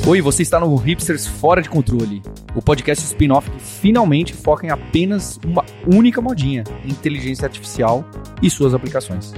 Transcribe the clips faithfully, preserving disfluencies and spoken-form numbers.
Oi, você está no Hipsters Fora de Controle, o podcast spin-off que finalmente foca em apenas uma única modinha, inteligência artificial e suas aplicações.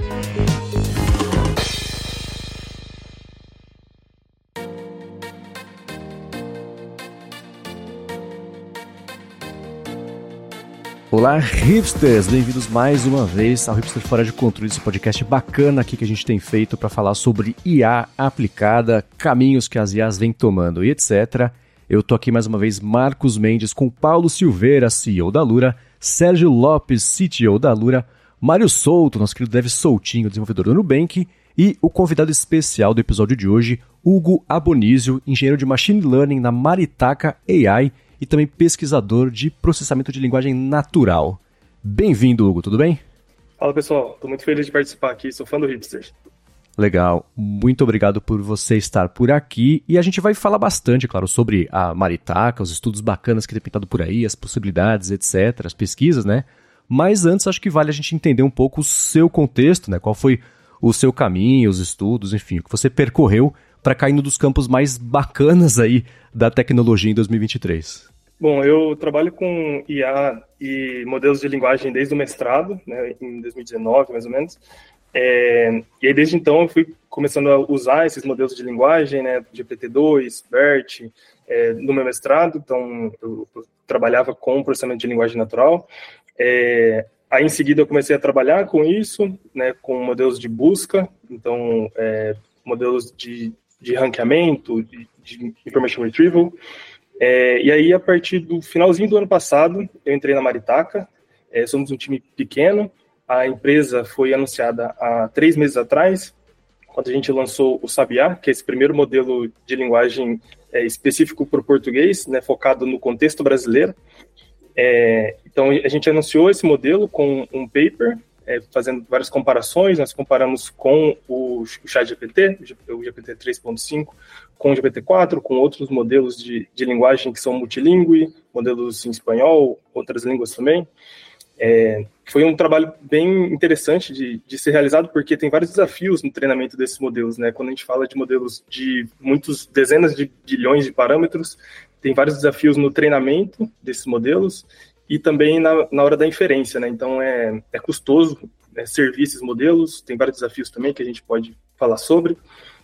Olá, hipsters! Bem-vindos mais uma vez ao Hipsters Fora de Controle, esse podcast bacana aqui que a gente tem feito para falar sobre I A aplicada, caminhos que as I As vêm tomando e etcétera. Eu tô aqui mais uma vez, Marcos Mendes, com Paulo Silveira, C E O da Lura, Sérgio Lopes, C T O da Lura, Mário Souto, nosso querido Dev Soutinho, desenvolvedor do Nubank, e o convidado especial do episódio de hoje, Hugo Abonísio, engenheiro de Machine Learning na Maritaca A I, e também pesquisador de processamento de linguagem natural. Bem-vindo, Hugo, tudo bem? Fala, pessoal. Estou muito feliz de participar aqui, sou fã do Hipsters. Legal, muito obrigado por você estar por aqui. E a gente vai falar bastante, claro, sobre a Maritaca, os estudos bacanas que tem pintado por aí, as possibilidades, etcétera, as pesquisas, né? Mas antes, acho que vale a gente entender um pouco o seu contexto, né? Qual foi o seu caminho, os estudos, enfim, o que você percorreu para cair num dos campos mais bacanas aí da tecnologia em dois mil e vinte e três. Bom, eu trabalho com I A e modelos de linguagem desde o mestrado, né, em dois mil e dezenove, mais ou menos. É, e aí, desde então, eu fui começando a usar esses modelos de linguagem, né, G P T dois, BERT, é, no meu mestrado. Então, eu, eu trabalhava com processamento de linguagem natural. É, aí, em seguida, eu comecei a trabalhar com isso, né, com modelos de busca, então, é, modelos de, de ranqueamento, de, de information retrieval. É, e aí, a partir do finalzinho do ano passado, eu entrei na Maritaca. É, somos um time pequeno. A empresa foi anunciada há três meses atrás, quando a gente lançou o Sabiá, que é esse primeiro modelo de linguagem é, específico para o português, né, focado no contexto brasileiro. É, então, a gente anunciou esse modelo com um paper, é, fazendo várias comparações. Nós comparamos com o, o ChatGPT, o G P T três ponto cinco, com o G P T quatro, com outros modelos de, de linguagem que são multilingüe, modelos em espanhol, outras línguas também. É, foi um trabalho bem interessante de, de ser realizado, porque tem vários desafios no treinamento desses modelos, né? Quando a gente fala de modelos de muitos, dezenas de bilhões de parâmetros, tem vários desafios no treinamento desses modelos e também na, na hora da inferência, né? Então, é, é custoso, né, servir esses modelos, tem vários desafios também que a gente pode falar sobre.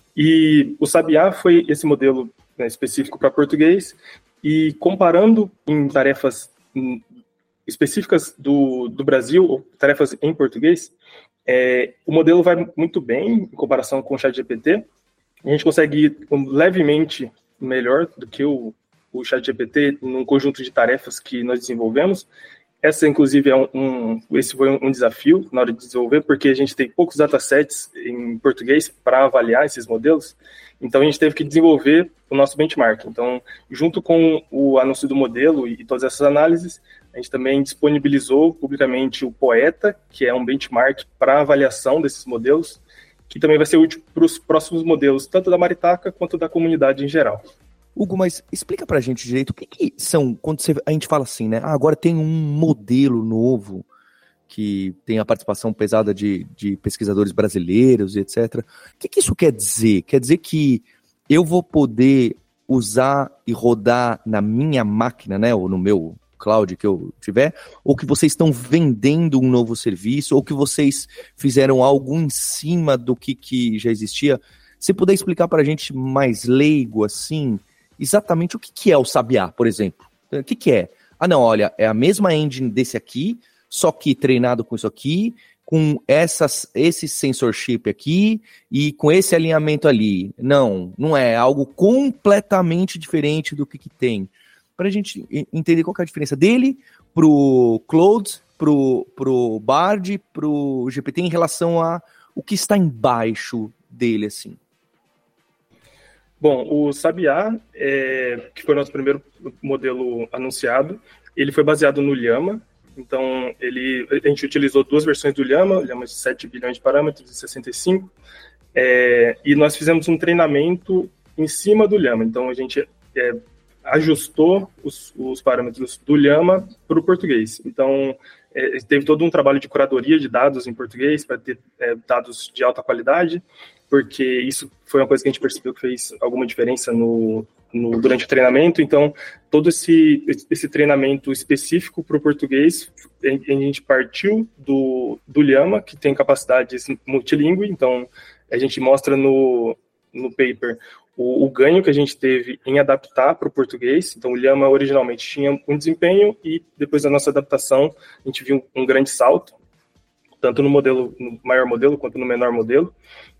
E o Sabiá foi esse modelo, né, específico para português, e comparando em tarefas em, específicas do, do Brasil, ou tarefas em português, é, o modelo vai muito bem em comparação com o ChatGPT. A gente consegue ir levemente melhor do que o, o ChatGPT num conjunto de tarefas que nós desenvolvemos. Essa, inclusive, é um, um, esse foi um desafio na hora de desenvolver, porque a gente tem poucos datasets em português para avaliar esses modelos, então a gente teve que desenvolver o nosso benchmark. Então, junto com o anúncio do modelo e todas essas análises, a gente também disponibilizou publicamente o Poeta, que é um benchmark para avaliação desses modelos, que também vai ser útil para os próximos modelos, tanto da Maritaca quanto da comunidade em geral. Hugo, mas explica pra gente direito o que, que são, quando você, a gente fala assim, né? Ah, agora tem um modelo novo que tem a participação pesada de, de pesquisadores brasileiros e etcétera. O que, que isso quer dizer? Quer dizer que eu vou poder usar e rodar na minha máquina, né? Ou no meu cloud que eu tiver, ou que vocês estão vendendo um novo serviço, ou que vocês fizeram algo em cima do que, que já existia. Se puder explicar pra gente mais leigo, assim, exatamente o que, que é o Sabiá, por exemplo. O que, que é? Ah, não, olha, é a mesma engine desse aqui, só que treinado com isso aqui, com essas, esse censorship aqui e com esse alinhamento ali. Não, não é algo completamente diferente do que, que tem. Para a gente entender qual que é a diferença dele pro Claude, pro, pro Bard, pro G P T em relação a o que está embaixo dele, assim. Bom, o Sabiá, é, que foi o nosso primeiro modelo anunciado, ele foi baseado no Llama. Então, ele, a gente utilizou duas versões do Llama, o Llama de sete bilhões de parâmetros e sessenta e cinco, é, e nós fizemos um treinamento em cima do Llama. Então, a gente é, ajustou os, os parâmetros do Llama para o português. Então, é, teve todo um trabalho de curadoria de dados em português para ter é, dados de alta qualidade, porque isso foi uma coisa que a gente percebeu que fez alguma diferença no, no, durante o treinamento. Então, todo esse, esse treinamento específico para o português, a gente partiu do, do Llama, que tem capacidades multilingüe. Então, a gente mostra no, no paper o, o ganho que a gente teve em adaptar para o português. Então, o Llama originalmente tinha um desempenho e depois da nossa adaptação, a gente viu um grande salto, tanto no modelo, no maior modelo quanto no menor modelo.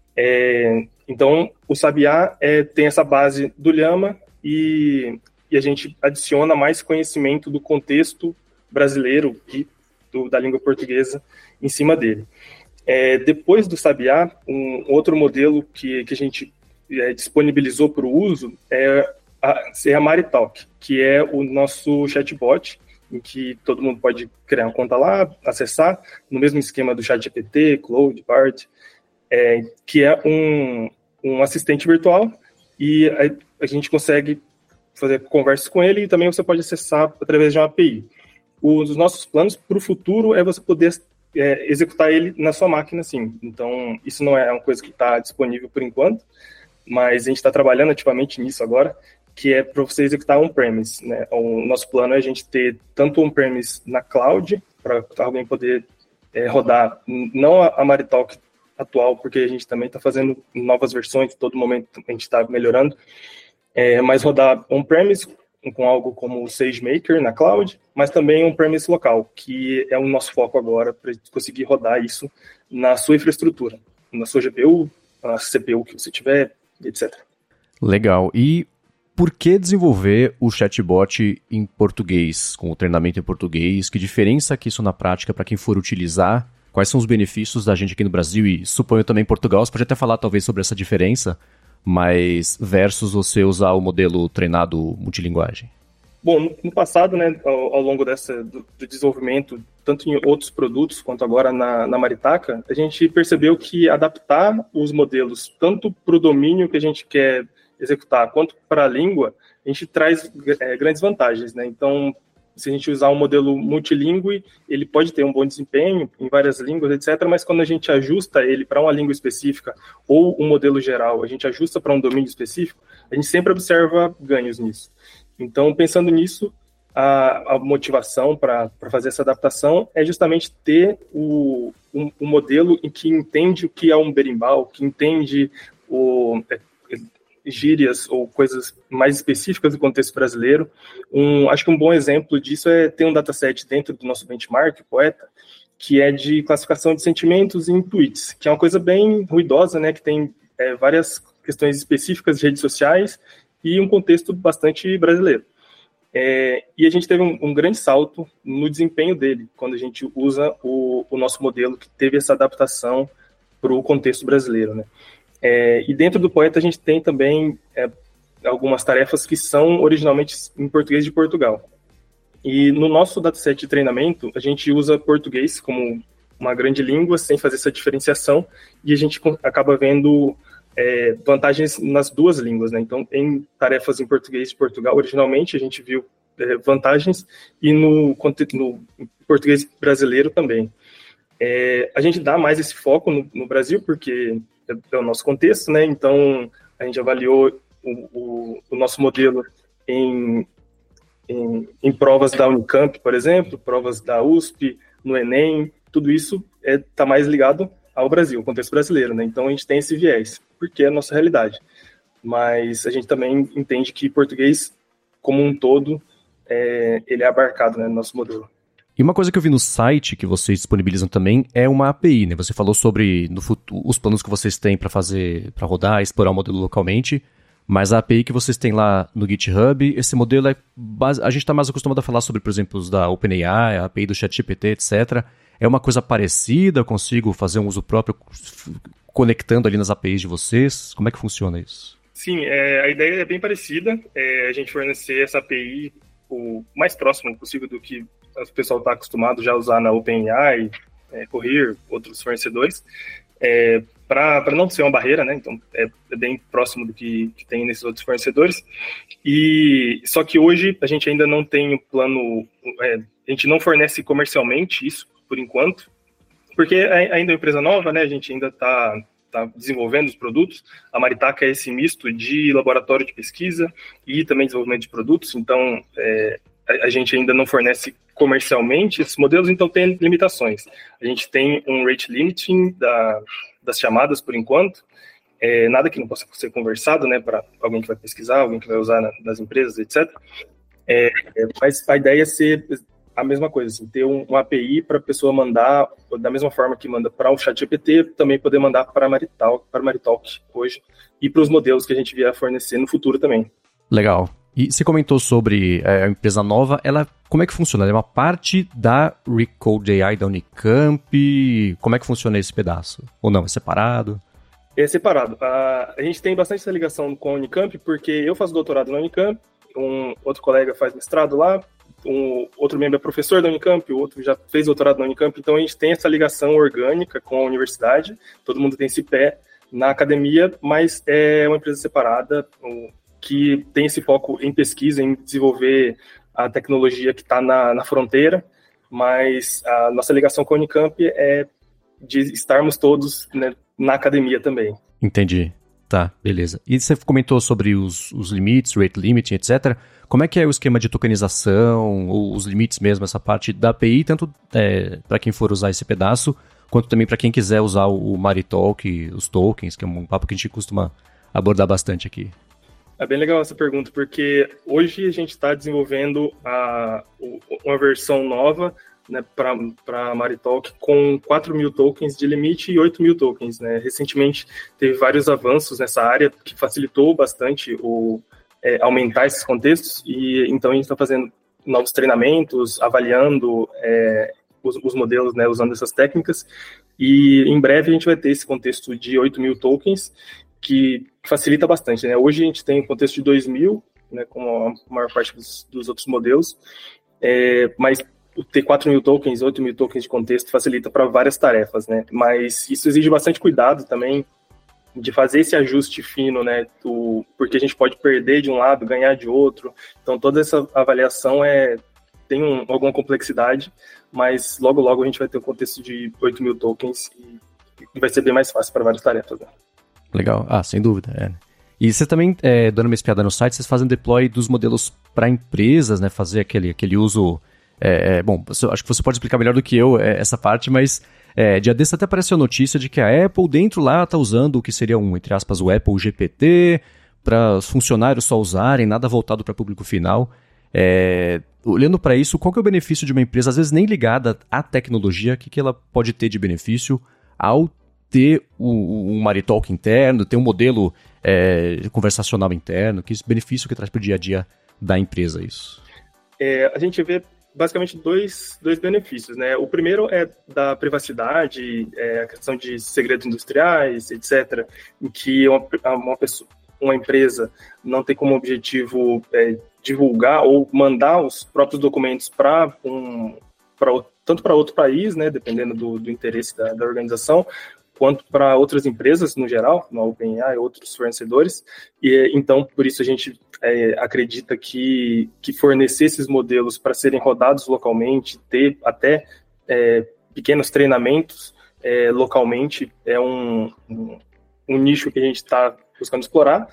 É, então, o Sabiá é, tem essa base do Llama e, e a gente adiciona mais conhecimento do contexto brasileiro e do, da língua portuguesa em cima dele. É, depois do Sabiá, um outro modelo que, que a gente é, disponibilizou para o uso é a, é a Maritalk, que é o nosso chatbot, em que todo mundo pode criar uma conta lá, acessar, no mesmo esquema do ChatGPT, Claude, Bard, é, que é um, um assistente virtual, e a, a gente consegue fazer conversas com ele, e também você pode acessar através de uma A P I. Os nossos planos para o futuro é você poder é, executar ele na sua máquina, sim. Então, isso não é uma coisa que está disponível por enquanto, mas a gente está trabalhando ativamente nisso agora, que é para você executar on-premise, né? O nosso plano é a gente ter tanto on-premise na cloud, para alguém poder é, rodar, não a, a Maritalk atual, porque a gente também está fazendo novas versões, todo momento a gente está melhorando, é, mas rodar on-premise com algo como o SageMaker na cloud, mas também on-premise local, que é o nosso foco agora, para conseguir rodar isso na sua infraestrutura, na sua G P U, na C P U que você tiver, etcétera. Legal. E por que desenvolver o chatbot em português, com o treinamento em português? Que diferença que isso na prática para quem for utilizar? Quais são os benefícios da gente aqui no Brasil e suponho também em Portugal? Você pode até falar talvez sobre essa diferença, mas versus você usar o modelo treinado multilinguagem. Bom, no, no passado, né, ao, ao longo dessa, do, do desenvolvimento, tanto em outros produtos quanto agora na, na Maritaca, a gente percebeu que adaptar os modelos tanto para o domínio que a gente quer executar, quanto para a língua, a gente traz é, grandes vantagens, né? Então, se a gente usar um modelo multilingüe, ele pode ter um bom desempenho em várias línguas, etcétera, mas quando a gente ajusta ele para uma língua específica ou um modelo geral, a gente ajusta para um domínio específico, a gente sempre observa ganhos nisso. Então, pensando nisso, a, a motivação para fazer essa adaptação é justamente ter o, um, um modelo em que entende o que é um berimbau, que entende o... gírias ou coisas mais específicas do contexto brasileiro. Um, acho que um bom exemplo disso é ter um dataset dentro do nosso benchmark, o Poeta, que é de classificação de sentimentos em tweets, que é uma coisa bem ruidosa, né, que tem é, várias questões específicas de redes sociais e um contexto bastante brasileiro. É, e a gente teve um, um grande salto no desempenho dele, quando a gente usa o, o nosso modelo que teve essa adaptação para o contexto brasileiro, né. É, e dentro do Poeta a gente tem também é, algumas tarefas que são originalmente em português de Portugal. E no nosso dataset de treinamento, a gente usa português como uma grande língua, sem fazer essa diferenciação, e a gente acaba vendo é, vantagens nas duas línguas, né? Então, em tarefas em português de Portugal, originalmente a gente viu é, vantagens, e no, no português brasileiro também. É, a gente dá mais esse foco no, no Brasil, porque é o nosso contexto, né? Então, a gente avaliou o, o, o nosso modelo em, em, em provas da Unicamp, por exemplo, provas da U S P, no Enem, tudo isso está é, tá mais ligado ao Brasil, ao contexto brasileiro, né? Então, a gente tem esse viés, porque é a nossa realidade. Mas a gente também entende que português, como um todo, é, ele é abarcado, né, no nosso modelo. E uma coisa que eu vi no site que vocês disponibilizam também é uma A P I, né? Você falou sobre no futuro, os planos que vocês têm para fazer, para rodar, explorar o modelo localmente, mas a A P I que vocês têm lá no GitHub, esse modelo é base... a gente está mais acostumado a falar sobre, por exemplo, os da OpenAI, a A P I do ChatGPT, etcétera. É uma coisa parecida? Eu consigo fazer um uso próprio conectando ali nas A P Is de vocês? Como é que funciona isso? Sim, é, a ideia é bem parecida. É, a gente fornecer essa A P I o mais próximo possível do que o pessoal está acostumado já a usar na OpenAI, é, Cohere, outros fornecedores, é, para não ser uma barreira, né? Então é, é bem próximo do que, que tem nesses outros fornecedores. E só que hoje a gente ainda não tem o plano, é, a gente não fornece comercialmente isso por enquanto, porque ainda é uma empresa nova, né? A gente ainda está está desenvolvendo os produtos. A Maritaca é esse misto de laboratório de pesquisa e também desenvolvimento de produtos, então é, a, a gente ainda não fornece comercialmente esses modelos, então tem limitações. A gente tem um rate limiting da, das chamadas por enquanto, é, nada que não possa ser conversado, né, para alguém que vai pesquisar, alguém que vai usar na, nas empresas, etcétera. É, é, mas a ideia é ser a mesma coisa, assim, ter um, um A P I para a pessoa mandar, da mesma forma que manda para o ChatGPT, também poder mandar para a Maritalk, para a Maritalk hoje, e para os modelos que a gente vier a fornecer no futuro também. Legal. E você comentou sobre é, a empresa nova, ela, como é que funciona? Ela é uma parte da Recode A I da Unicamp? Como é que funciona esse pedaço? Ou não, é separado? É separado. A, a gente tem bastante essa ligação com a Unicamp, porque eu faço doutorado na Unicamp, um outro colega faz mestrado lá, um outro membro é professor da Unicamp, o outro já fez doutorado na Unicamp, então a gente tem essa ligação orgânica com a universidade, todo mundo tem esse pé na academia, mas é uma empresa separada, um, que tem esse foco em pesquisa, em desenvolver a tecnologia que está na, na fronteira, mas a nossa ligação com a Unicamp é de estarmos todos, né, na academia também. Entendi. Tá, beleza. E você comentou sobre os, os limites, rate limiting, etcétera. Como é que é o esquema de tokenização, ou os limites mesmo, essa parte da A P I, tanto é, para quem for usar esse pedaço, quanto também para quem quiser usar o, o Maritalk, os tokens, que é um papo que a gente costuma abordar bastante aqui? É bem legal essa pergunta, porque hoje a gente está desenvolvendo a, uma versão nova, né, para a Maritalk com quatro mil tokens de limite e oito mil tokens. Né? Recentemente teve vários avanços nessa área que facilitou bastante o, é, aumentar esses contextos, e então a gente está fazendo novos treinamentos, avaliando é, os, os modelos, né, usando essas técnicas, e em breve a gente vai ter esse contexto de oito mil tokens, que facilita bastante, né? Hoje a gente tem um contexto de dois mil, né, como a maior parte dos, dos outros modelos, é, mas ter quatro mil tokens, oito mil tokens de contexto facilita para várias tarefas, né? Mas isso exige bastante cuidado também de fazer esse ajuste fino, né? Do, porque a gente pode perder de um lado, ganhar de outro. Então toda essa avaliação é, tem um, alguma complexidade, mas logo logo a gente vai ter um contexto de oito mil tokens e, e vai ser bem mais fácil para várias tarefas, né? Legal. Ah, sem dúvida. É. E você também, é, dando uma espiada no site, vocês fazem deploy dos modelos para empresas, né? Fazer aquele, aquele uso... É, é, bom, acho que você pode explicar melhor do que eu é, essa parte, mas é, dia desse até apareceu a notícia de que a Apple dentro lá está usando o que seria um, entre aspas, o Apple G P T para os funcionários só usarem, nada voltado para público final. É, olhando para isso, qual que é o benefício de uma empresa, às vezes nem ligada à tecnologia, o que, que ela pode ter de benefício ao ter um, um Maritalk interno, ter um modelo é, conversacional interno, que benefício que traz para o dia a dia da empresa isso? É, a gente vê basicamente dois, dois benefícios, né? O primeiro é da privacidade, é, a questão de segredos industriais, etcétera, em que uma, uma, pessoa, uma empresa não tem como objetivo é, divulgar ou mandar os próprios documentos para um, pra, tanto para outro país, né, dependendo do, do interesse da, da organização, quanto para outras empresas no geral, no OpenAI e outros fornecedores, e então por isso a gente é, acredita que, que fornecer esses modelos para serem rodados localmente, ter até é, pequenos treinamentos é, localmente, é um, um, um nicho que a gente está buscando explorar.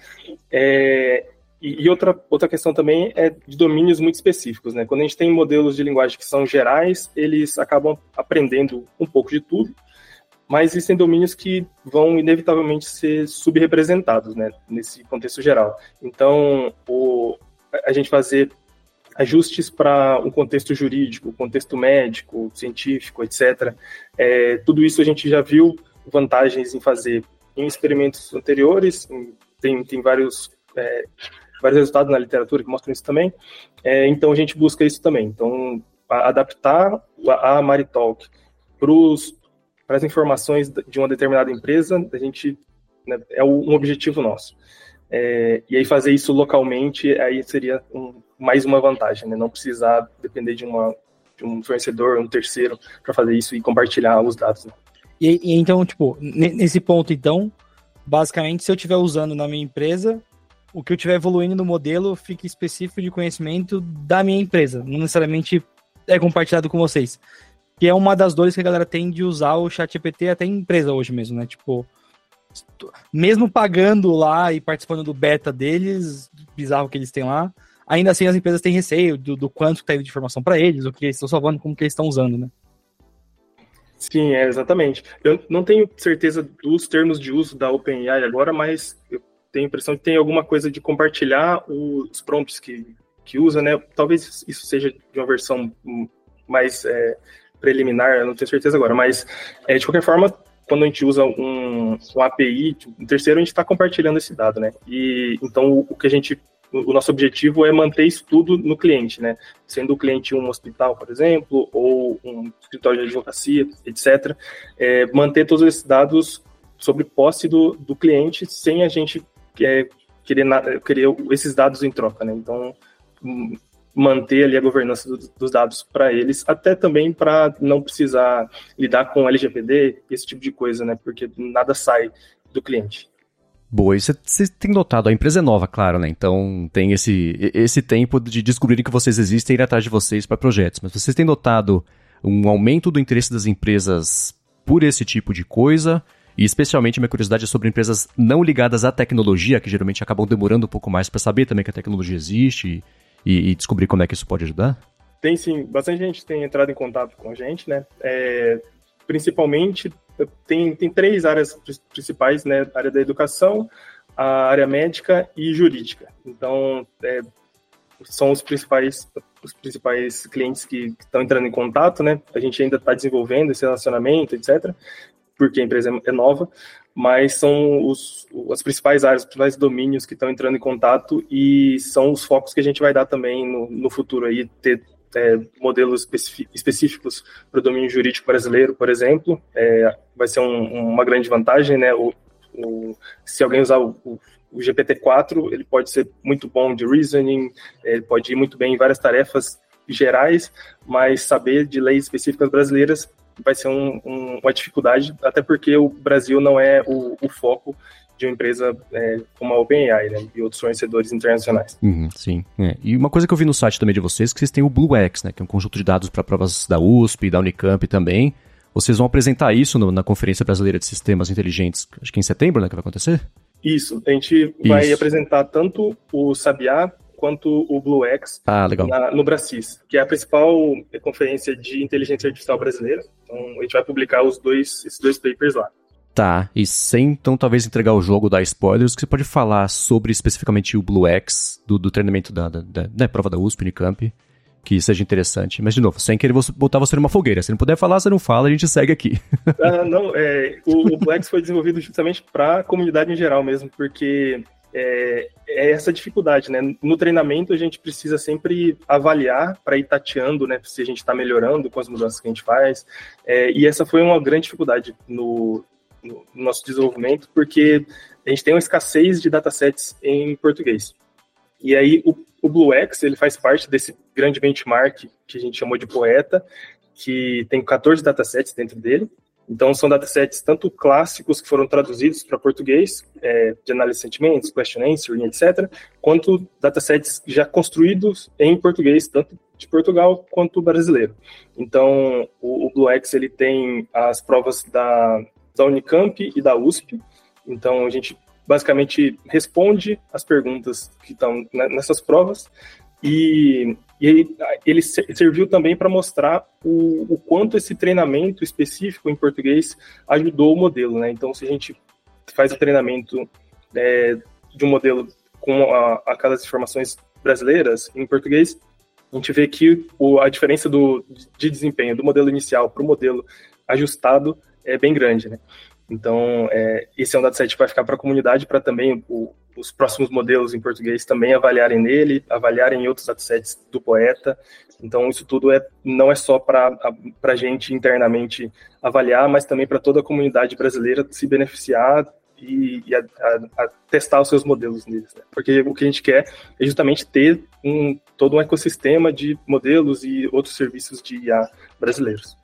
É, e e outra, outra questão também é de domínios muito específicos, né? Quando a gente tem modelos de linguagem que são gerais, eles acabam aprendendo um pouco de tudo, mas existem domínios que vão inevitavelmente ser subrepresentados, né, nesse contexto geral. Então, o, a gente fazer ajustes para um contexto jurídico, contexto médico, científico, etcétera, é, tudo isso a gente já viu vantagens em fazer em experimentos anteriores, tem, tem vários, é, vários resultados na literatura que mostram isso também, é, então a gente busca isso também. Então, a, adaptar a, a Maritalk para os para as informações de uma determinada empresa, a gente, né, é um objetivo nosso. É, e aí fazer isso localmente, aí seria um, mais uma vantagem, né? Não precisar depender de, uma, de um fornecedor, um terceiro, para fazer isso e compartilhar os dados. Né? E, e então, tipo, nesse ponto, então, basicamente, se eu estiver usando na minha empresa, o que eu estiver evoluindo no modelo fica específico de conhecimento da minha empresa, não necessariamente é compartilhado com vocês. Que é uma das dores que a galera tem de usar o ChatGPT até em empresa hoje mesmo, né? Tipo, mesmo pagando lá e participando do beta deles, bizarro que eles têm lá, ainda assim as empresas têm receio do, do quanto está indo de informação para eles, o que eles estão salvando, como que eles estão usando, né? Sim, é, exatamente. Eu não tenho certeza dos termos de uso da OpenAI agora, mas eu tenho a impressão que tem alguma coisa de compartilhar os prompts que, que usa, né? Talvez isso seja de uma versão mais é, preliminar, eu não tenho certeza agora, mas é, de qualquer forma, quando a gente usa um, um A P I, um terceiro, a gente está compartilhando esse dado, né? E então o, o que a gente, o nosso objetivo é manter isso tudo no cliente, né? Sendo o cliente um hospital, por exemplo, ou um escritório de advocacia, etcétera, é, manter todos esses dados sobre posse do, do cliente sem a gente é, querer, na, querer esses dados em troca, né? Então manter ali a governança do, dos dados para eles, até também para não precisar lidar com L G P D, esse tipo de coisa, né? Porque nada sai do cliente. Boa, e você tem notado, a empresa é nova, claro, né? Então tem esse, esse tempo de descobrirem que vocês existem e ir atrás de vocês para projetos. Mas vocês têm notado um aumento do interesse das empresas por esse tipo de coisa? E especialmente minha curiosidade é sobre empresas não ligadas à tecnologia, que geralmente acabam demorando um pouco mais para saber também que a tecnologia existe e, e descobrir como é que isso pode ajudar? Tem sim, bastante gente tem entrado em contato com a gente, né? É, principalmente, tem, tem três áreas principais, né? A área da educação, a área médica e jurídica. Então, é, são os principais, os principais clientes que estão entrando em contato, né? A gente ainda está desenvolvendo esse relacionamento, etcétera, porque a empresa é nova, mas são os, as principais áreas, os principais domínios que estão entrando em contato e são os focos que a gente vai dar também no, no futuro aí, ter é, modelos específicos para o domínio jurídico brasileiro, por exemplo, é, vai ser um, uma grande vantagem, né? O, o, se alguém usar o, o, o G P T quatro, ele pode ser muito bom de reasoning, ele pode ir muito bem em várias tarefas gerais, mas saber de leis específicas brasileiras vai ser um, um, uma dificuldade, até porque o Brasil não é o, o foco de uma empresa é, como a OpenAI, né, e outros fornecedores internacionais. Uhum, sim. É. E uma coisa que eu vi no site também de vocês, que vocês têm o BlueX, né, que é um conjunto de dados para provas da U S P e da Unicamp também. Vocês vão apresentar isso no, na Conferência Brasileira de Sistemas Inteligentes, acho que em setembro, né, que vai acontecer? Isso, a gente isso. vai apresentar tanto o Sabiá quanto o BlueX ah, legal. Na, no Bracis, que é a principal conferência de inteligência artificial brasileira. Então, a gente vai publicar os dois, esses dois papers lá. Tá, e sem, então, talvez entregar o jogo, dar spoilers, que você pode falar sobre especificamente o BlueX, do, do treinamento da, da, da, da prova da U S P, Unicamp, que seja interessante. Mas, de novo, sem querer botar você numa fogueira. Se não puder falar, você não fala, a gente segue aqui. ah, não, é, o, o BlueX foi desenvolvido justamente para a comunidade em geral mesmo, porque é, é essa dificuldade, né? No treinamento, a gente precisa sempre avaliar para ir tateando, né? Se a gente está melhorando com as mudanças que a gente faz. É, e essa foi uma grande dificuldade no, no nosso desenvolvimento, porque a gente tem uma escassez de datasets em português. E aí, o, o BlueX, ele faz parte desse grande benchmark que a gente chamou de Poeta, que tem catorze datasets dentro dele. Então, são datasets tanto clássicos que foram traduzidos para português, é, de análise de sentimentos, question answering, etcétera, quanto datasets já construídos em português, tanto de Portugal quanto brasileiro. Então, o, o BlueX, ele tem as provas da, da Unicamp e da U S P. Então, a gente basicamente responde as perguntas que estão nessas provas e... E ele, ele serviu também para mostrar o, o quanto esse treinamento específico em português ajudou o modelo, né? Então, se a gente faz o treinamento é, de um modelo com a, aquelas informações brasileiras em português, a gente vê que o, a diferença do, de desempenho do modelo inicial para o modelo ajustado é bem grande, né? Então, é, esse é um dataset que vai ficar para a comunidade, para também o, os próximos modelos em português também avaliarem nele, avaliarem outros datasets do Poeta. Então, isso tudo é, não é só para a gente internamente avaliar, mas também para toda a comunidade brasileira se beneficiar e, e a, a, a testar os seus modelos neles. Né? Porque o que a gente quer é justamente ter um, todo um ecossistema de modelos e outros serviços de I A brasileiros.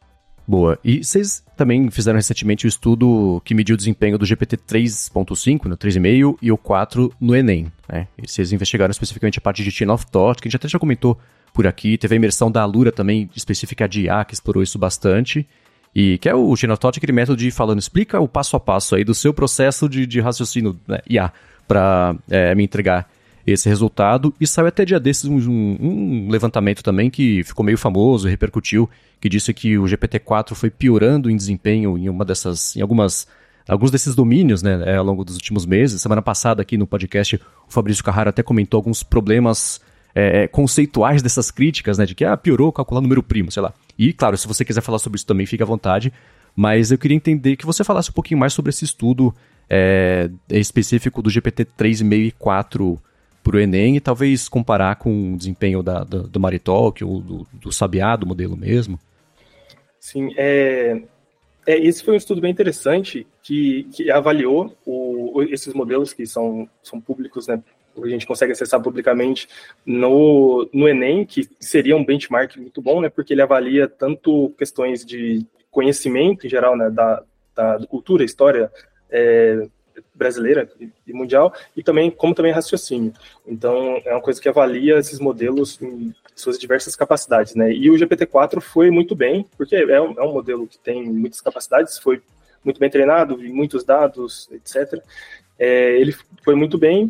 Boa. E vocês também fizeram recentemente o estudo que mediu o desempenho do G P T três ponto cinco, no três ponto cinco, e o quatro no Enem, né? E vocês investigaram especificamente a parte de Chain of Thought, que a gente até já comentou por aqui. Teve a imersão da Alura também, específica de I A, que explorou isso bastante. E que é o Chain of Thought, aquele método de falando, explica o passo a passo aí do seu processo de, de raciocínio, né, I A, para é, me entregar esse resultado. E saiu até dia desses um, um levantamento também que ficou meio famoso, repercutiu, que disse que o G P T quatro foi piorando em desempenho em uma dessas, em algumas, alguns desses domínios, né, é, ao longo dos últimos meses. Semana passada aqui no podcast, o Fabrício Carrara até comentou alguns problemas é, conceituais dessas críticas, né, de que ah, piorou calcular número primo, sei lá. E, claro, se você quiser falar sobre isso também, fique à vontade. Mas eu queria entender que você falasse um pouquinho mais sobre esse estudo é, específico do G P T três vírgula cinco e quatro para o Enem e talvez comparar com o desempenho da, da, do Maritalk ou do, do Sabiá, do modelo mesmo. Sim, é, é, esse foi um estudo bem interessante que, que avaliou o, esses modelos que são, são públicos, né? A gente consegue acessar publicamente no, no Enem, que seria um benchmark muito bom, né, porque ele avalia tanto questões de conhecimento em geral, né, da, da cultura, história é, brasileira e mundial, e também como também raciocínio. Então, é uma coisa que avalia esses modelos em suas diversas capacidades, né, e o G P T quatro foi muito bem, porque é um, é um modelo que tem muitas capacidades, foi muito bem treinado, muitos dados, etcétera. É, ele foi muito bem.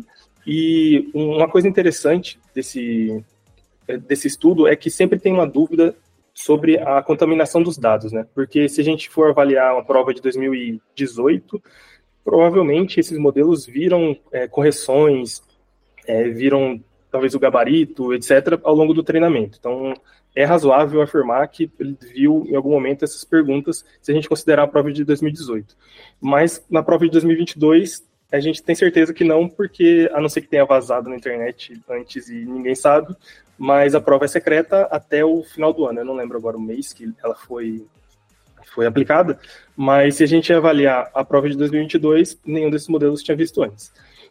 E uma coisa interessante desse, desse estudo é que sempre tem uma dúvida sobre a contaminação dos dados, né? Porque se a gente for avaliar uma prova de dois mil e dezoito, provavelmente esses modelos viram é, correções, é, viram talvez o gabarito, etcétera, ao longo do treinamento. Então, é razoável afirmar que ele viu em algum momento essas perguntas se a gente considerar a prova de dois mil e dezoito. Mas na prova de dois mil e vinte e dois, a gente tem certeza que não, porque a não ser que tenha vazado na internet antes e ninguém sabe, mas a prova é secreta até o final do ano. Eu não lembro agora o mês que ela foi, foi aplicada, mas se a gente avaliar a prova de dois mil e vinte e dois, nenhum desses modelos tinha visto antes.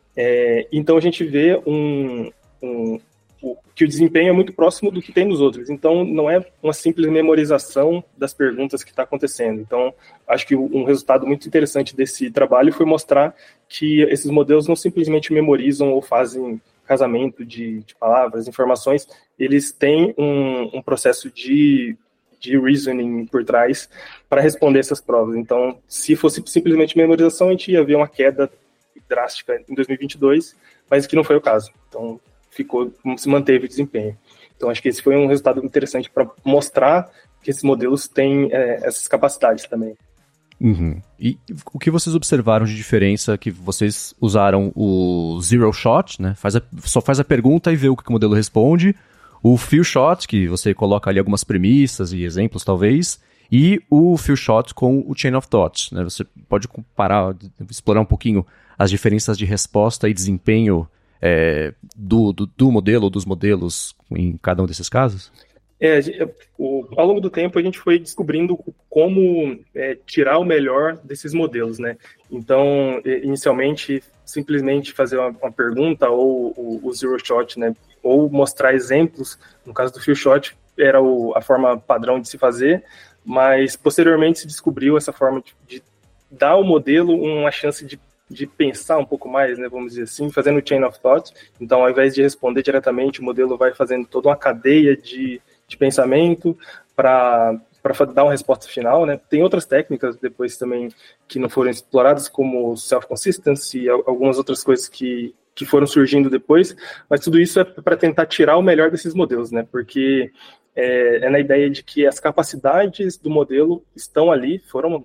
É, então a gente vê um, um, o, que o desempenho é muito próximo do que tem nos outros. Então não é uma simples memorização das perguntas que está acontecendo. Então acho que um resultado muito interessante desse trabalho foi mostrar que esses modelos não simplesmente memorizam ou fazem casamento de, de palavras, informações, eles têm um, um processo de, de reasoning por trás para responder essas provas. Então, se fosse simplesmente memorização, a gente ia ver uma queda drástica em dois mil e vinte e dois, mas que não foi o caso. Então, ficou, se manteve o desempenho. Então, acho que esse foi um resultado interessante para mostrar que esses modelos têm é, essas capacidades também. Uhum. E o que vocês observaram de diferença, que vocês usaram o Zero Shot, né? Faz a, só faz a pergunta e vê o que o modelo responde, o Few Shot, que você coloca ali algumas premissas e exemplos talvez, e o Few Shot com o Chain of Thought, né? Você pode comparar, explorar um pouquinho as diferenças de resposta e desempenho é, do, do, do modelo ou dos modelos em cada um desses casos? É, o, ao longo do tempo a gente foi descobrindo como é, tirar o melhor desses modelos, né? Então, inicialmente, simplesmente fazer uma, uma pergunta ou o, o zero shot, né? Ou mostrar exemplos, no caso do few shot, era o, a forma padrão de se fazer, mas posteriormente se descobriu essa forma de, de dar ao modelo uma chance de, de pensar um pouco mais, né? Vamos dizer assim, fazendo chain of thought. Então, ao invés de responder diretamente, o modelo vai fazendo toda uma cadeia de de pensamento para dar uma resposta final, né? Tem outras técnicas depois também que não foram exploradas, como self-consistency e algumas outras coisas que, que foram surgindo depois, mas tudo isso é para tentar tirar o melhor desses modelos, né? Porque é, é na ideia de que as capacidades do modelo estão ali, foram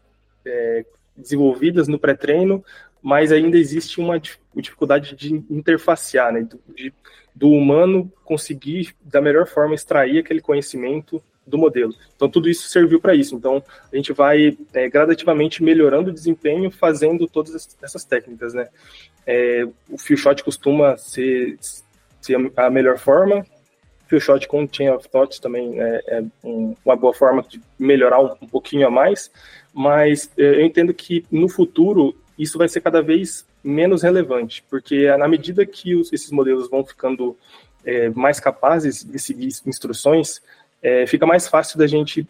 é, desenvolvidas no pré-treino, mas ainda existe uma dificuldade de interfacear, né? De, do humano conseguir, da melhor forma, extrair aquele conhecimento do modelo. Então, tudo isso serviu para isso. Então, a gente vai é, gradativamente melhorando o desempenho fazendo todas essas técnicas, né? É, o few shot costuma ser, ser a melhor forma. Few shot com chain of thought também é, é um, uma boa forma de melhorar um, um pouquinho a mais, mas é, eu entendo que, no futuro, isso vai ser cada vez menos relevante, porque na medida que os, esses modelos vão ficando é, mais capazes de seguir instruções, é, fica mais fácil da gente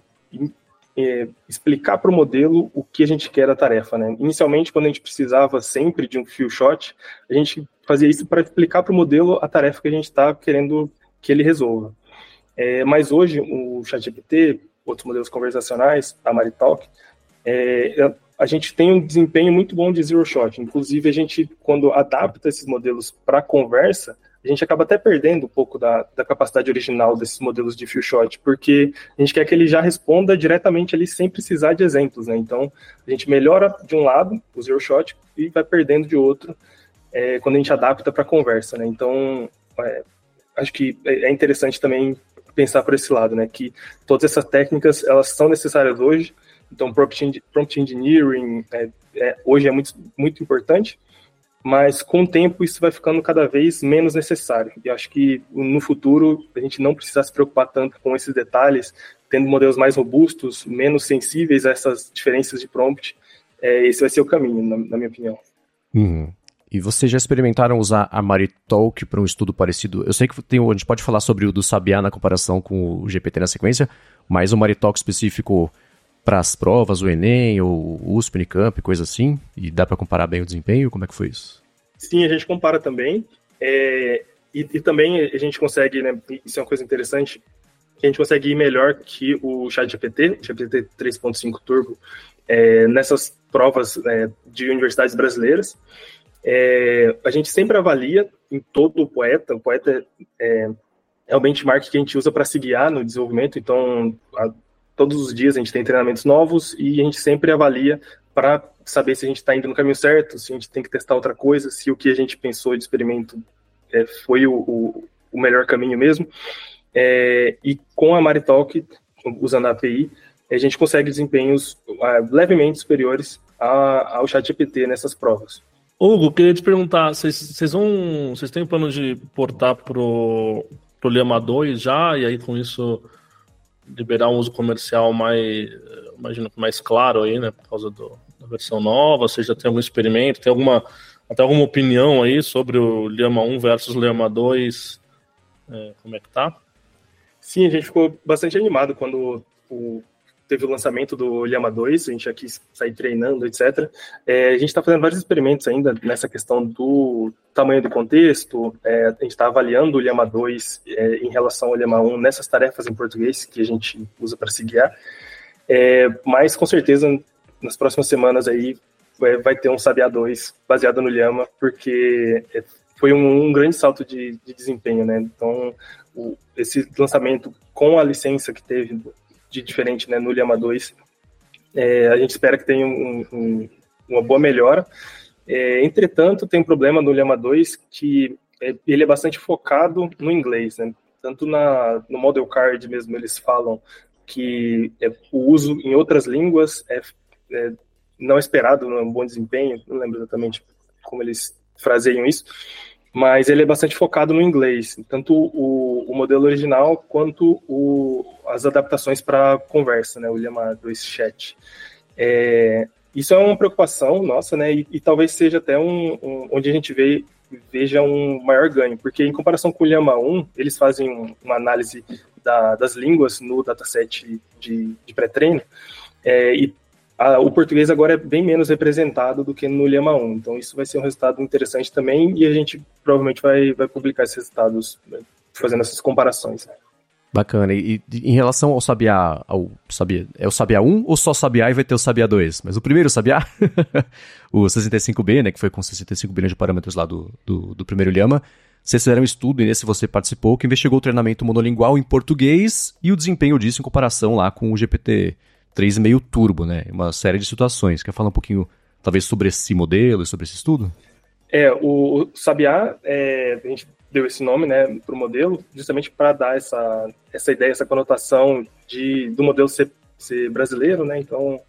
é, explicar para o modelo o que a gente quer da tarefa, né? Inicialmente, quando a gente precisava sempre de um few shot, a gente fazia isso para explicar para o modelo a tarefa que a gente está querendo que ele resolva. É, mas hoje, o ChatGPT, outros modelos conversacionais, a Maritalk, é, a gente tem um desempenho muito bom de zero shot. Inclusive, a gente, quando adapta esses modelos para conversa, a gente acaba até perdendo um pouco da, da capacidade original desses modelos de few shot, porque a gente quer que ele já responda diretamente ali sem precisar de exemplos, né? Então, a gente melhora de um lado o zero shot e vai perdendo de outro é, quando a gente adapta para conversa, né? Então, é, acho que é interessante também pensar por esse lado, né? Que todas essas técnicas, elas são necessárias hoje. Então, prompt, prompt engineering é, é, hoje é muito, muito importante, mas com o tempo isso vai ficando cada vez menos necessário. E acho que no futuro a gente não precisa se preocupar tanto com esses detalhes, tendo modelos mais robustos, menos sensíveis a essas diferenças de prompt. É, esse vai ser o caminho, na, na minha opinião. Uhum. E vocês já experimentaram usar a Maritalk para um estudo parecido? Eu sei que tem, a gente pode falar sobre o do Sabiá na comparação com o G P T na sequência, mas o Maritalk específico para as provas, o Enem, ou o U S P, Unicamp, coisa assim? E dá para comparar bem o desempenho? Como é que foi isso? Sim, a gente compara também. É, e, e também a gente consegue, né, isso é uma coisa interessante, que a gente consegue ir melhor que o ChatGPT, o G P T três ponto cinco Turbo, é, nessas provas é, de universidades brasileiras. É, a gente sempre avalia em todo o Poeta. O Poeta é, é o benchmark que a gente usa para se guiar no desenvolvimento, então a, todos os dias a gente tem treinamentos novos e a gente sempre avalia para saber se a gente está indo no caminho certo, se a gente tem que testar outra coisa, se o que a gente pensou de experimento é, foi o, o, o melhor caminho mesmo. É, e com a Maritalk, usando a A P I, a gente consegue desempenhos uh, levemente superiores a, ao ChatGPT nessas provas. Hugo, queria te perguntar, vocês vão, vocês têm um plano de portar pro, pro Llama dois já, e aí com isso liberar um uso comercial mais, imagino, mais claro aí, né, por causa do, da versão nova? Você já tem algum experimento, tem alguma, até alguma opinião aí sobre o Llama um versus o Llama dois, é, como é que tá? Sim, a gente ficou bastante animado quando o, teve o lançamento do Llama dois, a gente já quis sair treinando, etcétera. É, a gente está fazendo vários experimentos ainda nessa questão do tamanho do contexto, é, a gente está avaliando o Llama dois é, em relação ao Llama um nessas tarefas em português que a gente usa para se guiar, é, mas com certeza nas próximas semanas aí vai, vai ter um Sabiá dois baseado no Llama, porque é, foi um, um grande salto de, de desempenho, né? Então, o, esse lançamento com a licença que teve de diferente, né, no Llama dois, é, a gente espera que tenha um, um, uma boa melhora. É, entretanto, tem um problema no Llama dois que é, ele é bastante focado no inglês, né? Tanto na, no Model Card mesmo eles falam que é, o uso em outras línguas é, é não é esperado, não é um bom desempenho, não lembro exatamente como eles fraseiam isso, mas ele é bastante focado no inglês, tanto o, o modelo original quanto o, as adaptações para conversa, né, o Llama dois Chat. É, isso é uma preocupação nossa, né, e, e talvez seja até um, um, onde a gente vê, veja um maior ganho, porque em comparação com o Llama um, eles fazem um, uma análise da, das línguas no dataset de, de pré-treino, é, e A, o português agora é bem menos representado do que no Llama um, então isso vai ser um resultado interessante também, e a gente provavelmente vai, vai publicar esses resultados, né, fazendo essas comparações. Bacana, e, e em relação ao Sabiá, ao Sabiá, é o Sabiá um ou só Sabiá e vai ter o Sabiá dois? Mas o primeiro Sabiá, o sessenta e cinco B, né, que foi com sessenta e cinco bilhões de parâmetros lá do, do, do primeiro Llama, vocês fizeram um estudo, e nesse você participou, que investigou o treinamento monolingual em português e o desempenho disso em comparação lá com o G P T três ponto cinco Turbo, né? Uma série de situações. Quer falar um pouquinho, talvez, sobre esse modelo e sobre esse estudo? É, o, o Sabiá, é, a gente deu esse nome, né, para o modelo, justamente para dar essa, essa ideia, essa conotação de, do modelo ser, ser brasileiro, né? Então,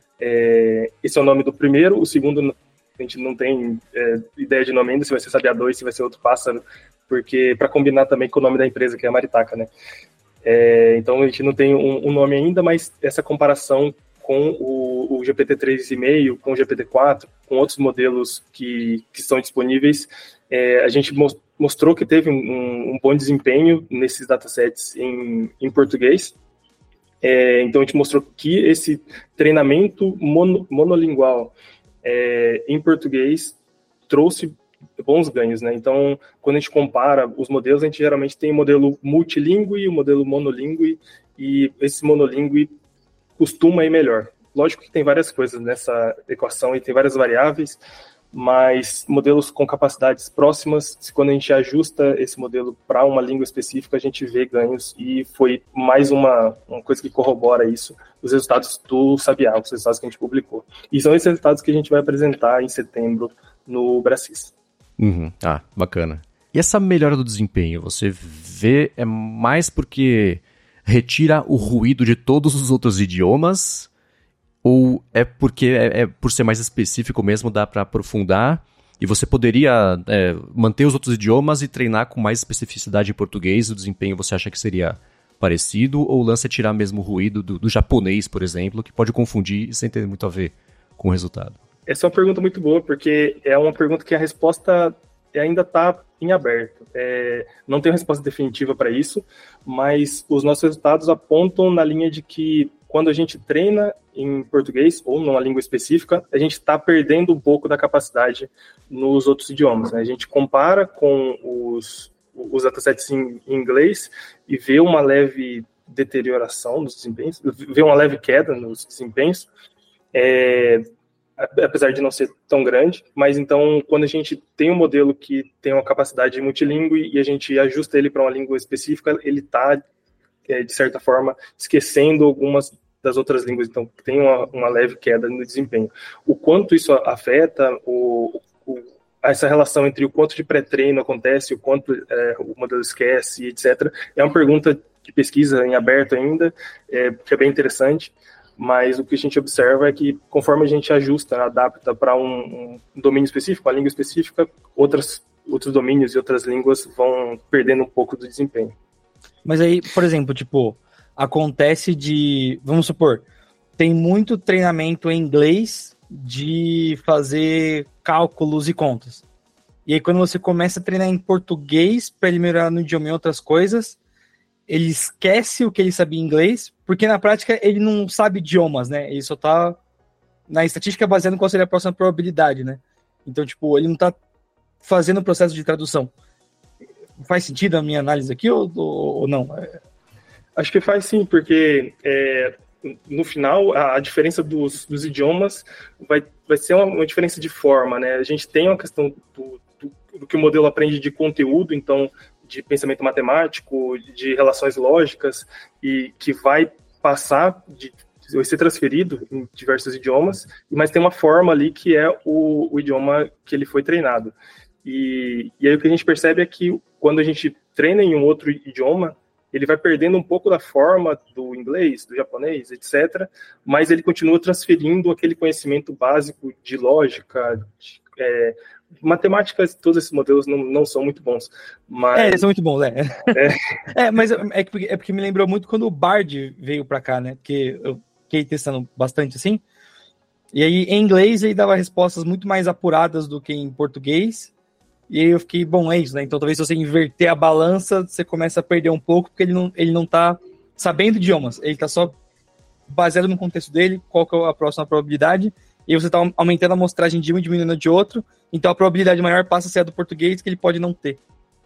é, esse é o nome do primeiro. O segundo, a gente não tem é, ideia de nome ainda, se vai ser Sabiá dois, se vai ser outro pássaro, porque para combinar também com o nome da empresa, que é a Maritaca, né? É, então a gente não tem um, um nome ainda, mas essa comparação com o, o G P T três ponto cinco, com o G P T quatro, com outros modelos que, que estão disponíveis, é, a gente mostrou que teve um, um bom desempenho nesses datasets em, em português. É, então a gente mostrou que esse treinamento mono, monolingual é, em português trouxe bons ganhos, né? Então, quando a gente compara os modelos, a gente geralmente tem o modelo multilingüe e o modelo monolingüe, e esse monolíngue costuma ir melhor. Lógico que tem várias coisas nessa equação e tem várias variáveis, mas modelos com capacidades próximas, quando a gente ajusta esse modelo para uma língua específica, a gente vê ganhos, e foi mais uma, uma coisa que corrobora isso, os resultados do Sabiá, os resultados que a gente publicou. E são esses resultados que a gente vai apresentar em setembro no Brasis. Uhum. Ah, bacana. E essa melhora do desempenho, você vê, é mais porque retira o ruído de todos os outros idiomas, ou é porque é, é por ser mais específico mesmo, dá para aprofundar, e você poderia é, manter os outros idiomas e treinar com mais especificidade em português, o desempenho você acha que seria parecido, ou o lance é tirar mesmo o ruído do, do japonês, por exemplo, que pode confundir sem ter muito a ver com o resultado? Essa é uma pergunta muito boa, porque é uma pergunta que a resposta ainda está em aberto. É, não tem uma resposta definitiva para isso, mas os nossos resultados apontam na linha de que quando a gente treina em português ou numa língua específica, a gente está perdendo um pouco da capacidade nos outros idiomas, né? A gente compara com os, os datasets em inglês e vê uma leve deterioração nos desempenhos, vê uma leve queda nos desempenhos, é, apesar de não ser tão grande, mas então quando a gente tem um modelo que tem uma capacidade multilingüe e a gente ajusta ele para uma língua específica, ele está, é, de certa forma, esquecendo algumas das outras línguas, então tem uma, uma leve queda no desempenho. O quanto isso afeta o, o, essa relação entre o quanto de pré-treino acontece, o quanto é, o modelo esquece, etcétera, é uma pergunta de pesquisa em aberto ainda, é, que é bem interessante, mas o que a gente observa é que conforme a gente ajusta, adapta para um, um domínio específico, uma língua específica, outras, outros domínios e outras línguas vão perdendo um pouco do desempenho. Mas aí, por exemplo, tipo, acontece de, vamos supor, tem muito treinamento em inglês de fazer cálculos e contas. E aí quando você começa a treinar em português para ele melhorar no idioma e outras coisas, ele esquece o que ele sabia em inglês, porque na prática ele não sabe idiomas, né? Ele só tá na estatística baseada em qual seria a próxima probabilidade, né? Então, tipo, ele não tá fazendo o processo de tradução. Faz sentido a minha análise aqui ou, ou, ou não? Acho que faz sim, porque é, no final a, a diferença dos, dos idiomas vai, vai ser uma, uma diferença de forma, né? A gente tem uma questão do, do, do que o modelo aprende de conteúdo, então de pensamento matemático, de relações lógicas, e que vai passar, de, vai ser transferido em diversos idiomas, mas tem uma forma ali que é o, o idioma que ele foi treinado. E, e aí o que a gente percebe é que quando a gente treina em um outro idioma, ele vai perdendo um pouco da forma do inglês, do japonês, etcétera, mas ele continua transferindo aquele conhecimento básico de lógica, de, é, matemáticas, todos esses modelos não, não são muito bons. Mas... É, eles são muito bons, é. É, é mas é, que, é porque me lembrou muito quando o Bard veio pra cá, né? Porque eu fiquei testando bastante assim. E aí, em inglês, ele dava respostas muito mais apuradas do que em português. E aí eu fiquei, bom, é isso, né? Então talvez se você inverter a balança, você começa a perder um pouco, porque ele não, ele não tá sabendo idiomas. Ele tá só baseado no contexto dele, qual que é a próxima probabilidade. E você tá aumentando a amostragem de um e diminuindo a de outro. Então a probabilidade maior passa a ser a do português, que ele pode não ter.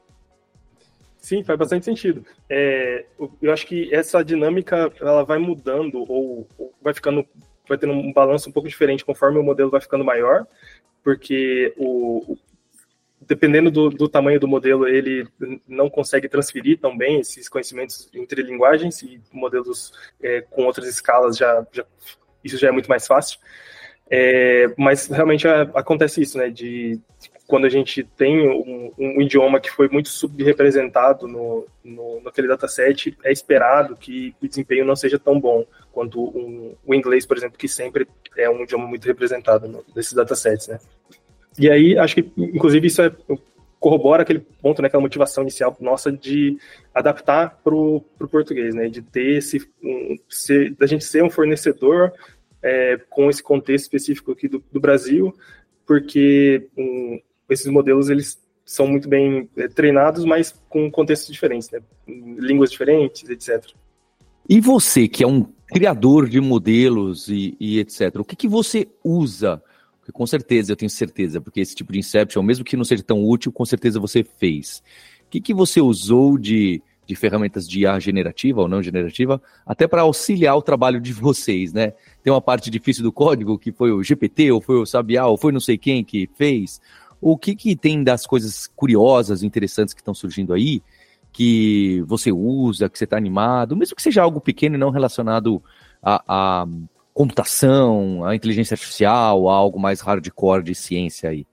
Sim, faz bastante sentido. É, eu acho que essa dinâmica ela vai mudando, ou, ou vai ficando, vai tendo um balanço um pouco diferente conforme o modelo vai ficando maior, porque o, o dependendo do, do tamanho do modelo, ele não consegue transferir tão bem esses conhecimentos entre linguagens, e modelos é, com outras escalas já, já isso já é muito mais fácil. É, mas realmente é, acontece isso, né? De quando a gente tem um, um idioma que foi muito subrepresentado no, no, naquele dataset, é esperado que o desempenho não seja tão bom quanto um, o inglês, por exemplo, que sempre é um idioma muito representado no, nesses datasets, né? E aí, acho que, inclusive, isso é, corrobora aquele ponto, né, aquela motivação inicial nossa de adaptar para o português, né? De ter esse, um, ser, da gente ser um fornecedor É, com esse contexto específico aqui do, do Brasil, porque um, esses modelos eles são muito bem é, treinados, mas com contextos diferentes, né? Línguas diferentes, etcétera. E você, que é um criador de modelos e, e etcétera, o que, que você usa? Porque com certeza, eu tenho certeza, porque esse tipo de inception, mesmo que não seja tão útil, com certeza você fez. O que, que você usou de de ferramentas de I A generativa ou não generativa, até para auxiliar o trabalho de vocês, né? Tem uma parte difícil do código, que foi o G P T, ou foi o Sabiá, ou foi não sei quem que fez. O que, que tem das coisas curiosas, interessantes que estão surgindo aí, que você usa, que você está animado, mesmo que seja algo pequeno e não relacionado a, a computação, a inteligência artificial, a algo mais hardcore de ciência aí?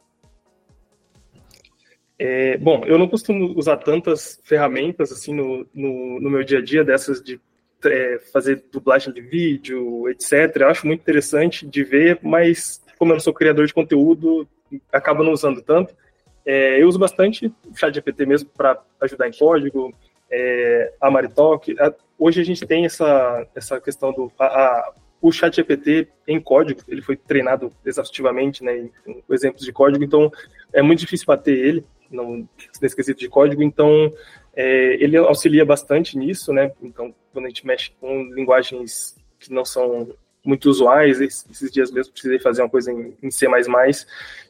É, bom, eu não costumo usar tantas ferramentas assim no, no, no meu dia a dia, dessas de é, fazer dublagem de vídeo, etcétera. Eu acho muito interessante de ver, mas como eu não sou criador de conteúdo, acabo não usando tanto. É, eu uso bastante o ChatGPT mesmo para ajudar em código, é, a Maritalk. A, hoje a gente tem essa, essa questão do... A, a, o ChatGPT em código, ele foi treinado exaustivamente, né, em exemplos de código, então é muito difícil bater ele no, nesse quesito de código, então é, ele auxilia bastante nisso, né, então quando a gente mexe com linguagens que não são muito usuais, esses dias mesmo precisei fazer uma coisa em, em C mais mais,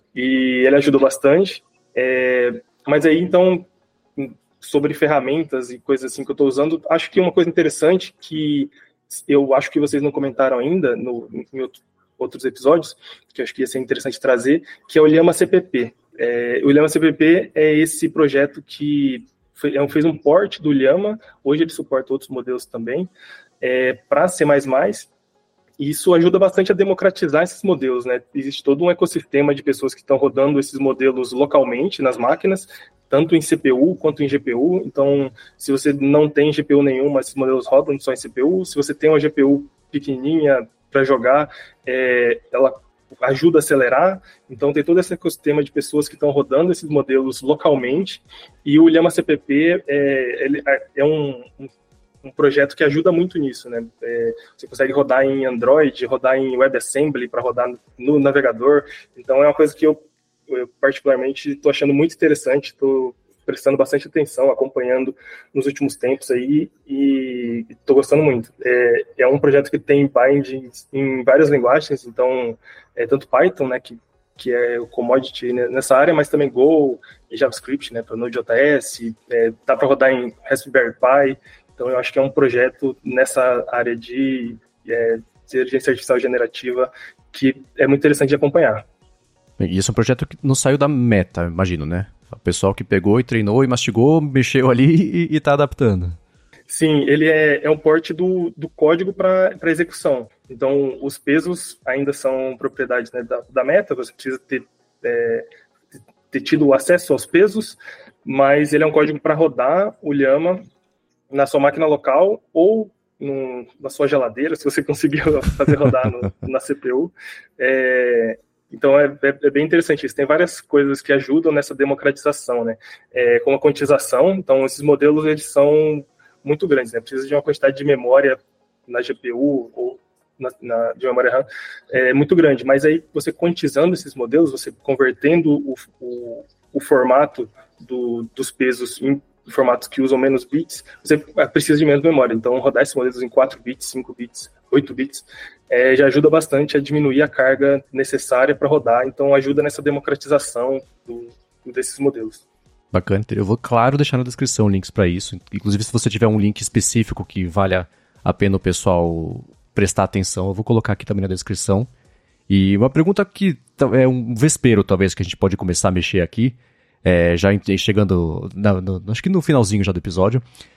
e ele ajudou bastante, é, mas aí então, sobre ferramentas e coisas assim que eu estou usando, acho que uma coisa interessante que eu acho que vocês não comentaram ainda no, em outro, outros episódios, que eu acho que ia ser interessante trazer, que é o Llama C P P. É, o Llama C P P é esse projeto que foi, é, fez um port do Llama, hoje ele suporta outros modelos também, é, para C mais mais, e isso ajuda bastante a democratizar esses modelos, né? Existe todo um ecossistema de pessoas que estão rodando esses modelos localmente nas máquinas, tanto em C P U quanto em G P U. Então, se você não tem G P U nenhuma, esses modelos rodam só em C P U. Se você tem uma G P U pequenininha para jogar, é, ela ajuda a acelerar. Então, tem todo esse ecossistema de pessoas que estão rodando esses modelos localmente. E o Llama C P P é, ele é um, um um projeto que ajuda muito nisso, né? É, você consegue rodar em Android, rodar em WebAssembly para rodar no navegador. Então é uma coisa que eu, eu particularmente estou achando muito interessante, estou prestando bastante atenção, acompanhando nos últimos tempos aí e estou gostando muito. É, é um projeto que tem bindings em várias linguagens, então é tanto Python, né, que que é o commodity nessa área, mas também Go e JavaScript, né, para Node.js, é, dá para rodar em Raspberry Pi. Então, eu acho que é um projeto nessa área de é, inteligência artificial generativa que é muito interessante de acompanhar. E isso é um projeto que não saiu da Meta, imagino, né? O pessoal que pegou e treinou e mastigou, mexeu ali e está adaptando. Sim, ele é, é um port do, do código para execução. Então, os pesos ainda são propriedades, né, da, da Meta, você precisa ter, é, ter tido acesso aos pesos, mas ele é um código para rodar o Llama na sua máquina local ou no, na sua geladeira, se você conseguir fazer rodar no, na C P U. É, então, é, é, é bem interessante isso. Tem várias coisas que ajudam nessa democratização, né? É, como a quantização. Então, esses modelos, eles são muito grandes, né? Precisa de uma quantidade de memória na G P U ou na, na, de memória RAM é muito grande. Mas aí, você quantizando esses modelos, você convertendo o, o, o formato do, dos pesos em formatos que usam menos bits, você precisa de menos memória. Então, rodar esses modelos em quatro bits, cinco bits, oito bits, é, já ajuda bastante a diminuir a carga necessária para rodar. Então, ajuda nessa democratização do, desses modelos. Bacana. Eu vou, claro, deixar na descrição links para isso. Inclusive, se você tiver um link específico que vale a pena o pessoal prestar atenção, eu vou colocar aqui também na descrição. E uma pergunta que é um vespeiro, talvez, que a gente pode começar a mexer aqui, É, já chegando, na, no, acho que no finalzinho já do episódio,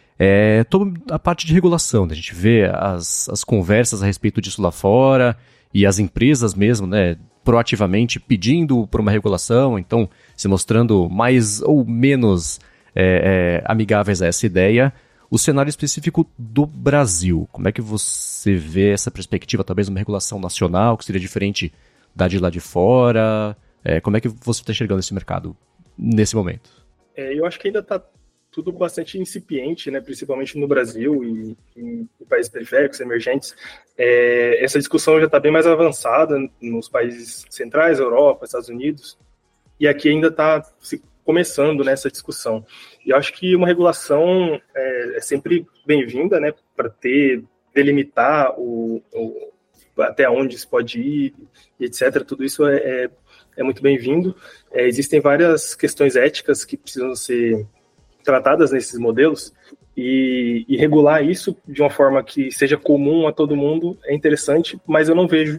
é toda a parte de regulação, né? A gente vê as, as conversas a respeito disso lá fora e as empresas mesmo, né, proativamente pedindo por uma regulação, então se mostrando mais ou menos é, é, amigáveis a essa ideia. O cenário específico do Brasil, como é que você vê essa perspectiva, talvez uma regulação nacional que seria diferente da de lá de fora? É, como é que você está enxergando esse mercado nesse momento? É, eu acho que ainda está tudo bastante incipiente, né, principalmente no Brasil e em países periféricos, emergentes. É, essa discussão já está bem mais avançada nos países centrais, Europa, Estados Unidos, e aqui ainda está começando nessa discussão. E eu acho que uma regulação é, é sempre bem-vinda, né, para ter, delimitar o, o, até onde isso pode ir, e etcétera. Tudo isso é, é é muito bem-vindo. É, existem várias questões éticas que precisam ser tratadas nesses modelos, E, e regular isso de uma forma que seja comum a todo mundo é interessante, mas eu não vejo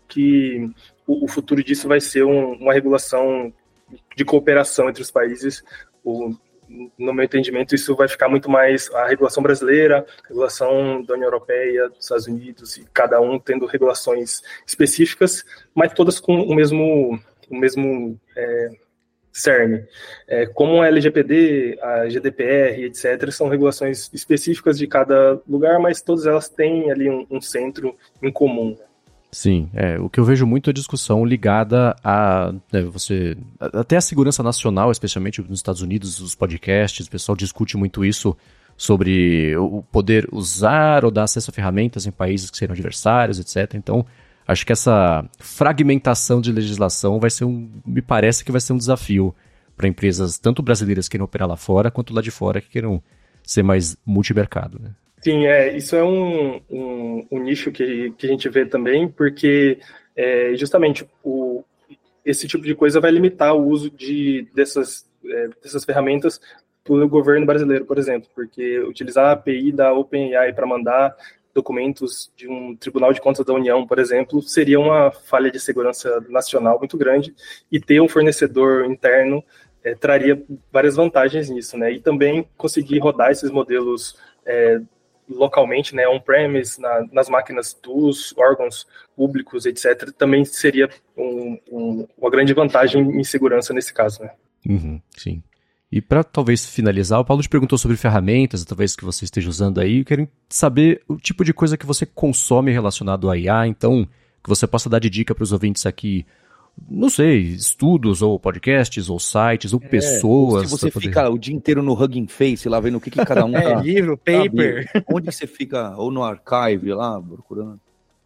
que o, o futuro disso vai ser um, uma regulação de cooperação entre os países. O, no meu entendimento, isso vai ficar muito mais a regulação brasileira, a regulação da União Europeia, dos Estados Unidos, e cada um tendo regulações específicas, mas todas com o mesmo, o mesmo é, cerne. É, como a L G P D, a G D P R, etcétera, são regulações específicas de cada lugar, mas todas elas têm ali um, um centro em comum. Sim, é, o que eu vejo muito é discussão ligada a, né, você, até a segurança nacional, especialmente nos Estados Unidos, os podcasts, o pessoal discute muito isso sobre o poder usar ou dar acesso a ferramentas em países que serão adversários, etcétera. Então, acho que essa fragmentação de legislação vai ser um, me parece que vai ser um desafio para empresas tanto brasileiras que queiram operar lá fora, quanto lá de fora que queiram ser mais multimercado, né? Sim, é, isso é um, um, um nicho que, que a gente vê também, porque é, justamente o, esse tipo de coisa vai limitar o uso de, dessas, é, dessas ferramentas pelo governo brasileiro, por exemplo, porque utilizar a API da OpenAI para mandar documentos de um Tribunal de Contas da União, por exemplo, seria uma falha de segurança nacional muito grande, e ter um fornecedor interno é, traria várias vantagens nisso, né? E também conseguir rodar esses modelos é, localmente, né, on-premise, na, nas máquinas dos órgãos públicos, etcétera, também seria um, um, uma grande vantagem em segurança nesse caso, né? Uhum, sim. E para talvez finalizar, o Paulo te perguntou sobre ferramentas, talvez que você esteja usando aí. Eu quero saber o tipo de coisa que você consome relacionado a I A, então que você possa dar de dica para os ouvintes aqui, não sei, estudos, ou podcasts, ou sites, ou é, pessoas. Se você poder... fica o dia inteiro no Hugging Face, lá vendo o que, que cada um é, tá... livro, paper. Sabe? Onde você fica, ou no Archive lá, procurando?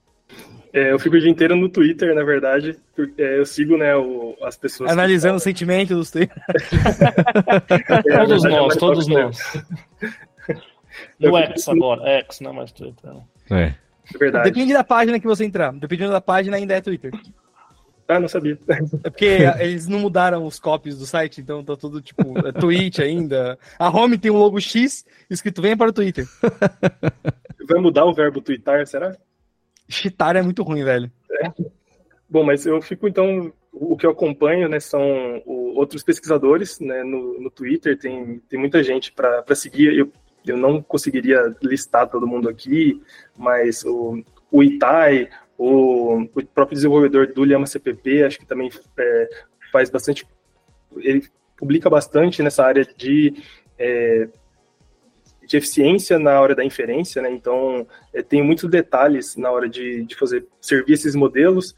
É, eu fico o dia inteiro no Twitter, na verdade. É, eu sigo, né, o, as pessoas... Analisando que... o sentimento dos Twitter. Todos nós, todos nós. No X agora, X, não é mais Twitter. É. É verdade. Depende da página que você entrar. Dependendo da página, ainda é Twitter. Ah, não sabia. É porque eles não mudaram os copies do site, então tá tudo tipo, é tweet ainda. A home tem um logo X escrito venha para o Twitter. Vai mudar o verbo twittar, será? Chitar é muito ruim, velho. É. Bom, mas eu fico, então, o que eu acompanho, né, são o, outros pesquisadores, né, no, no Twitter, tem, tem muita gente para seguir. Eu, eu não conseguiria listar todo mundo aqui, mas o, o Itai, O, o próprio desenvolvedor do Llama C P P, acho que também é, faz bastante, ele publica bastante nessa área de, é, de eficiência na hora da inferência, né? Então é, tem muitos detalhes na hora de, de fazer, servir esses modelos,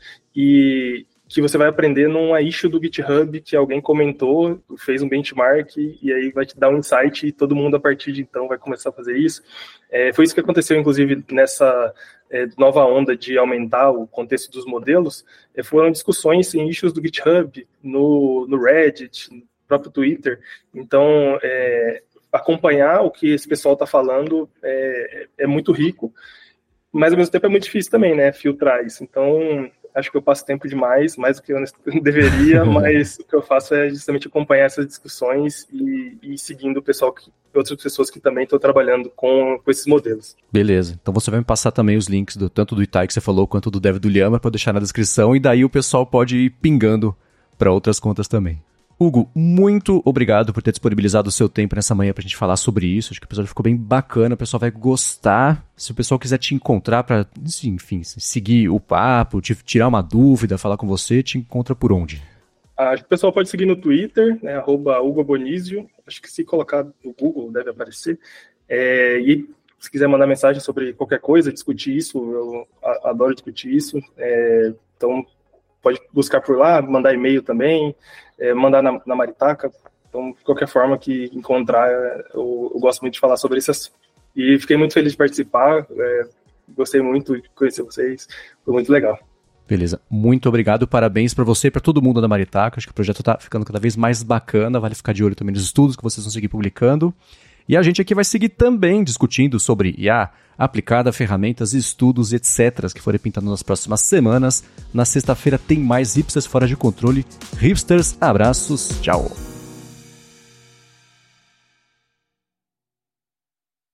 e que você vai aprender numa issue do GitHub que alguém comentou, fez um benchmark, e aí vai te dar um insight, e todo mundo a partir de então vai começar a fazer isso. É, foi isso que aconteceu, inclusive, nessa é, nova onda de aumentar o contexto dos modelos. É, foram discussões em issues do GitHub, no, no Reddit, no próprio Twitter. Então, é, acompanhar o que esse pessoal está falando é, é muito rico, mas ao mesmo tempo é muito difícil também, né, filtrar isso. Então, acho que eu passo tempo demais, mais do que eu deveria, mas o que eu faço é justamente acompanhar essas discussões e, e seguindo o pessoal, que, outras pessoas que também estão trabalhando com, com esses modelos. Beleza, então você vai me passar também os links, do, tanto do Itai que você falou, quanto do Dev do Llama, para eu deixar na descrição, e daí o pessoal pode ir pingando para outras contas também. Hugo, muito obrigado por ter disponibilizado o seu tempo nessa manhã pra gente falar sobre isso. Acho que o episódio ficou bem bacana, o pessoal vai gostar. Se o pessoal quiser te encontrar pra, enfim, seguir o papo, te tirar uma dúvida, falar com você, te encontra por onde? Acho que o pessoal pode seguir no Twitter, né, arroba Hugo Bonizio. Acho que se colocar no Google deve aparecer. É, e se quiser mandar mensagem sobre qualquer coisa, discutir isso, eu adoro discutir isso. É, então, pode buscar por lá, mandar e-mail também, é, mandar na, na Maritaca. Então, de qualquer forma que encontrar, eu, eu gosto muito de falar sobre isso. E fiquei muito feliz de participar, é, gostei muito de conhecer vocês, foi muito legal. Beleza, muito obrigado, parabéns para você e para todo mundo da Maritaca. Acho que o projeto está ficando cada vez mais bacana, vale ficar de olho também nos estudos que vocês vão seguir publicando. E a gente aqui vai seguir também discutindo sobre I A aplicada a ferramentas, estudos, etcétera, que forem pintando nas próximas semanas. Na sexta-feira tem mais Hipsters Fora de Controle. Hipsters, abraços, tchau!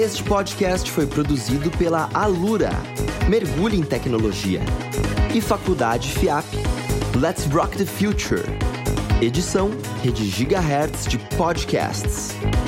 Este podcast foi produzido pela Alura, Mergulhe em Tecnologia, e Faculdade FIAP. Let's Rock the Future. Edição Rede Gigahertz de Podcasts.